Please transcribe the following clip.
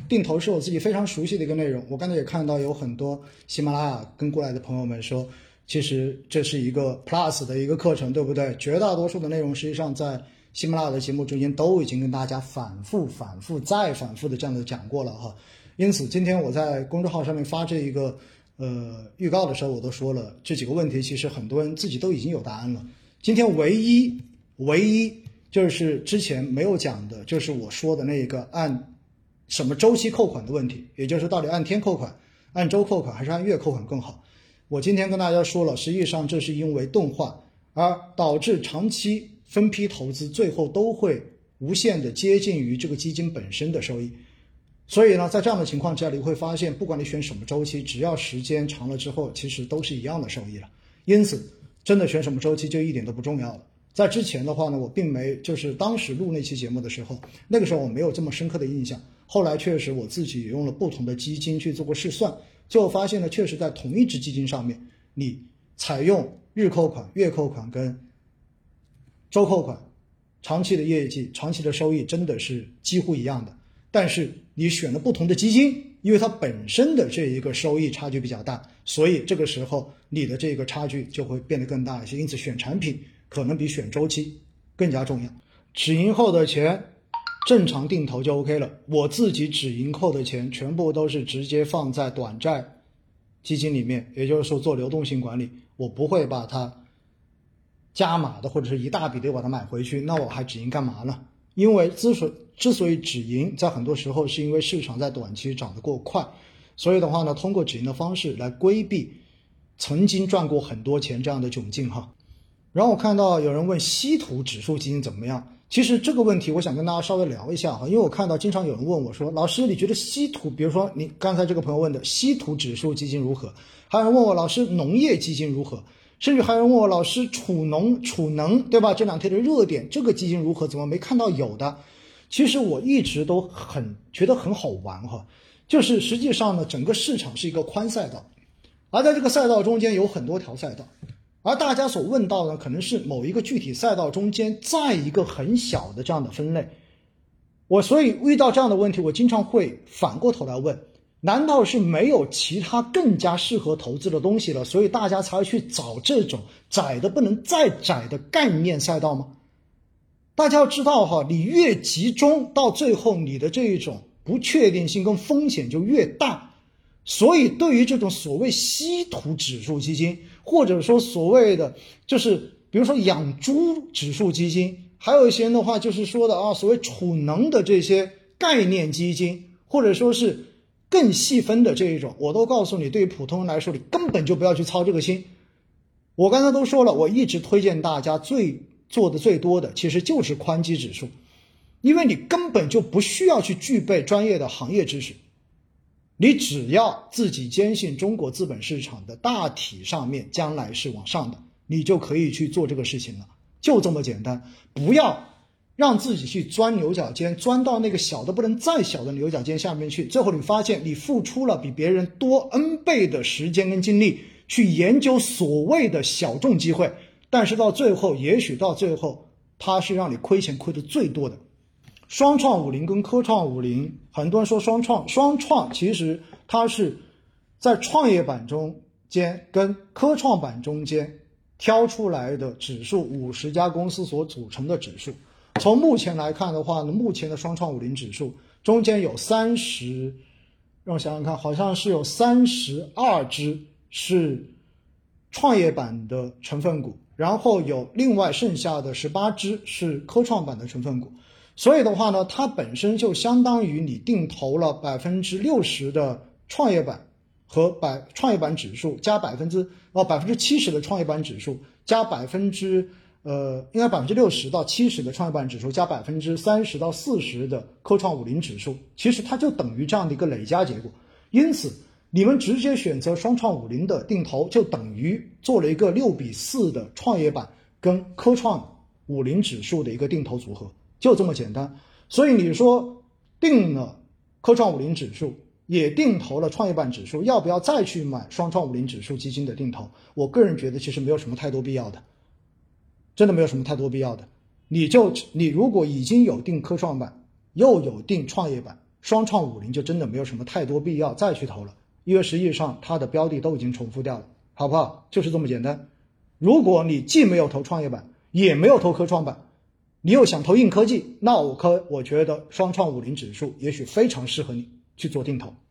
定投是我自己非常熟悉的一个内容。我刚才也看到有很多喜马拉雅跟过来的朋友们说，其实这是一个 Plus 的一个课程，对不对？绝大多数的内容实际上在喜马拉雅的节目中间都已经跟大家反复再反复的这样的讲过了哈。因此今天我在公众号上面发这一个预告的时候，我都说了这几个问题，其实很多人自己都已经有答案了。今天唯一就是之前没有讲的，就是我说的那个按什么周期扣款的问题，也就是到底按天扣款、按周扣款还是按月扣款更好。我今天跟大家说了，实际上这是因为钝化而导致长期分批投资最后都会无限的接近于这个基金本身的收益。所以呢，在这样的情况之下，你会发现不管你选什么周期，只要时间长了之后，其实都是一样的收益了。因此真的选什么周期就一点都不重要了。在之前的话呢，我并没就是当时录那期节目的时候，那个时候我没有这么深刻的印象。后来确实我自己用了不同的基金去做过试算，最后发现呢，确实在同一只基金上面，你采用日扣款、月扣款跟周扣款，长期的业绩、长期的收益真的是几乎一样的。但是你选了不同的基金，因为它本身的这一个收益差距比较大，所以这个时候你的这个差距就会变得更大一些。因此选产品可能比选周期更加重要。止盈后的钱正常定投就 OK 了。我自己止盈后的钱全部都是直接放在短债基金里面，也就是说做流动性管理，我不会把它加码的或者是一大笔的把它买回去，那我还止盈干嘛呢？因为之所以止盈，在很多时候是因为市场在短期涨得过快，所以的话呢，通过止盈的方式来规避曾经赚过很多钱这样的窘境哈。然后我看到有人问稀土指数基金怎么样，其实这个问题我想跟大家稍微聊一下哈，因为我看到经常有人问我说，老师你觉得稀土，比如说你刚才这个朋友问的稀土指数基金如何，还有人问我老师农业基金如何，甚至还有人问我老师储能对吧，这两天的热点这个基金如何，怎么没看到有的。其实我一直都觉得很好玩哈，就是实际上呢，整个市场是一个宽赛道，而在这个赛道中间有很多条赛道，而大家所问到的可能是某一个具体赛道中间再一个很小的这样的分类。所以遇到这样的问题，我经常会反过头来问，难道是没有其他更加适合投资的东西了，所以大家才去找这种窄的不能再窄的概念赛道吗？大家要知道哈，你越集中，到最后你的这一种不确定性跟风险就越大。所以对于这种所谓稀土指数基金，或者说所谓的就是比如说养猪指数基金，还有一些的话就是说的所谓储能的这些概念基金，或者说是更细分的这一种，我都告诉你，对于普通人来说，你根本就不要去操这个心。我刚才都说了，我一直推荐大家做的最多的其实就是宽基指数，因为你根本就不需要去具备专业的行业知识，你只要自己坚信中国资本市场的大体上面将来是往上的，你就可以去做这个事情了，就这么简单。不要让自己去钻牛角尖，钻到那个小的不能再小的牛角尖下面去，最后你发现你付出了比别人多 N 倍的时间跟精力去研究所谓的小众机会，但是到最后也许到最后它是让你亏钱亏的最多的。双创50跟科创50，很多人说双创其实它是在创业板中间跟科创板中间挑出来的指数，50家公司所组成的指数。从目前来看的话呢，目前的双创50指数中间有让我想想看，好像是有32只是创业板的成分股，然后有另外剩下的18只是科创板的成分股。所以的话呢，它本身就相当于你定投了60%的创业板和创业板指数加70%的创业板指数加应该60%到70%的创业板指数加30%到40%的科创50指数，其实它就等于这样的一个累加结果。因此你们直接选择双创50的定投，就等于做了一个6:4的创业板跟科创50指数的一个定投组合，就这么简单。所以你说定了科创50指数，也定投了创业板指数，要不要再去买双创50指数基金的定投？我个人觉得其实没有什么太多必要的，真的没有什么太多必要的。你如果已经有定科创板又有定创业板， 双创50就真的没有什么太多必要再去投了，因为实际上它的标的都已经重复掉了，好不好？就是这么简单。如果你既没有投创业板，也没有投科创板，你又想投硬科技，那我觉得双创50指数也许非常适合你去做定投。